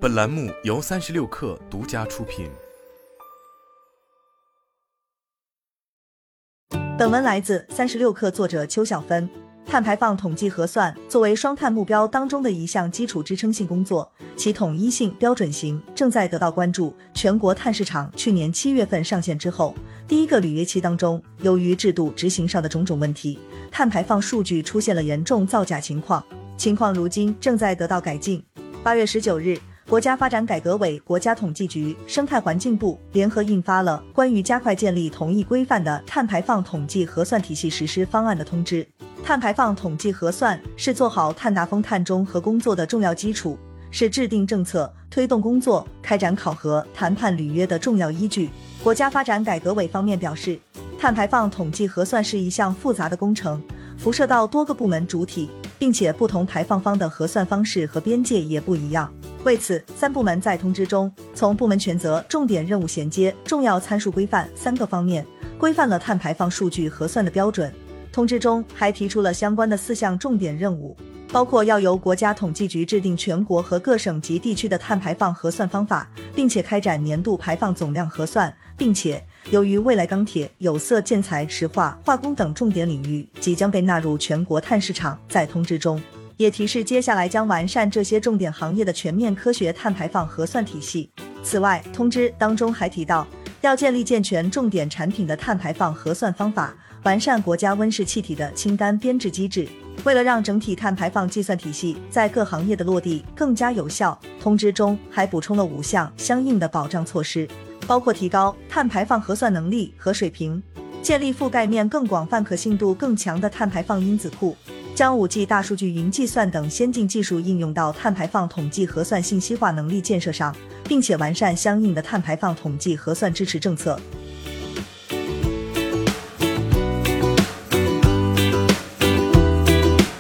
本栏目由36氪独家出品。 本文来自36氪，作者邱小芬。碳排放统计核算作为双碳目标当中的一项基础支撑性工作，其统一性、标准型正在得到关注。全国碳市场去年7月份上线之后，第一个履约期当中，由于制度执行上的种种问题，碳排放数据出现了严重造假情况如今正在得到改进。8月19日，国家发展改革委、国家统计局、生态环境部联合印发了关于加快建立统一规范的碳排放统计核算体系实施方案的通知。碳排放统计核算是做好碳达峰、碳中和工作的重要基础，是制定政策、推动工作、开展考核、谈判履约的重要依据。国家发展改革委方面表示，碳排放统计核算是一项复杂的工程，辐射到多个部门主体，并且不同排放方的核算方式和边界也不一样。为此，3部门在通知中从部门权责、重点任务衔接、重要参数规范3个方面规范了碳排放数据核算的标准。通知中还提出了相关的4项重点任务，包括要由国家统计局制定全国和各省级地区的碳排放核算方法，并且开展年度排放总量核算，并且由于未来钢铁、有色、建材、石化、化工等重点领域即将被纳入全国碳市场，在通知中也提示接下来将完善这些重点行业的全面科学碳排放核算体系。此外，通知当中还提到要建立健全重点产品的碳排放核算方法，完善国家温室气体的清单编制机制。为了让整体碳排放计算体系在各行业的落地更加有效，通知中还补充了5项相应的保障措施，包括提高碳排放核算能力和水平，建立覆盖面更广泛、可信度更强的碳排放因子库，将5G 大数据、云计算等先进技术应用到碳排放统计核算信息化能力建设上，并且完善相应的碳排放统计核算支持政策。